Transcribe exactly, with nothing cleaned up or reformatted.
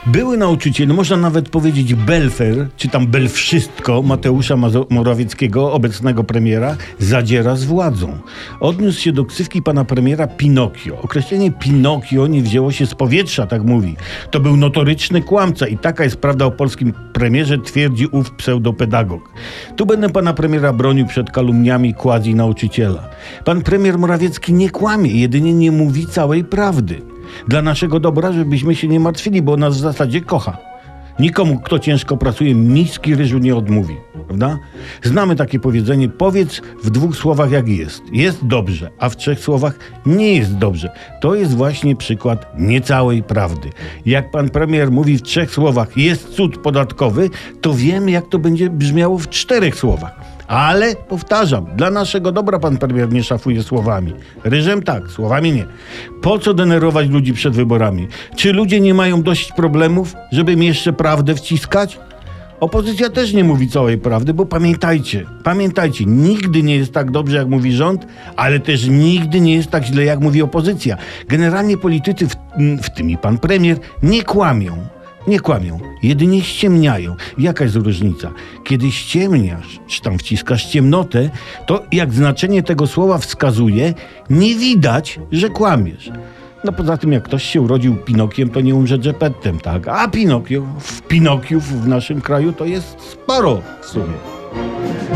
Były nauczyciel, można nawet powiedzieć belfer, czy tam belwszystko Mateusza Mazo- Morawieckiego, obecnego premiera, zadziera z władzą. Odniósł się do ksywki pana premiera Pinokio. Określenie Pinokio nie wzięło się z powietrza, tak mówi. To był notoryczny kłamca i taka jest prawda o polskim premierze, twierdzi ów pseudopedagog. Tu będę pana premiera bronił przed kalumniami quasi nauczyciela. Pan premier Morawiecki nie kłamie, jedynie nie mówi całej prawdy. Dla naszego dobra, żebyśmy się nie martwili, bo nas w zasadzie kocha. Nikomu, kto ciężko pracuje, miski ryżu nie odmówi, prawda? Znamy takie powiedzenie: powiedz w dwóch słowach jak jest. Jest dobrze, a w trzech słowach nie jest dobrze. To jest właśnie przykład niecałej prawdy. Jak pan premier mówi w trzech słowach jest cud podatkowy, to wiemy, jak to będzie brzmiało w czterech słowach. Ale, powtarzam, dla naszego dobra pan premier nie szafuje słowami. Ryżem tak, słowami nie. Po co denerwować ludzi przed wyborami? Czy ludzie nie mają dość problemów, żeby im jeszcze prawdę wciskać? Opozycja też nie mówi całej prawdy, bo pamiętajcie, pamiętajcie, nigdy nie jest tak dobrze, jak mówi rząd, ale też nigdy nie jest tak źle, jak mówi opozycja. Generalnie politycy, w, w tym i pan premier, nie kłamią. Nie kłamią, jedynie ściemniają. Jaka jest różnica? Kiedy ściemniasz, czy tam wciskasz ciemnotę, to jak znaczenie tego słowa wskazuje, nie widać, że kłamiesz. No poza tym, jak ktoś się urodził Pinokiem, to nie umrze Geppettem, tak? A Pinokio, w Pinokiów w naszym kraju to jest sporo w sumie.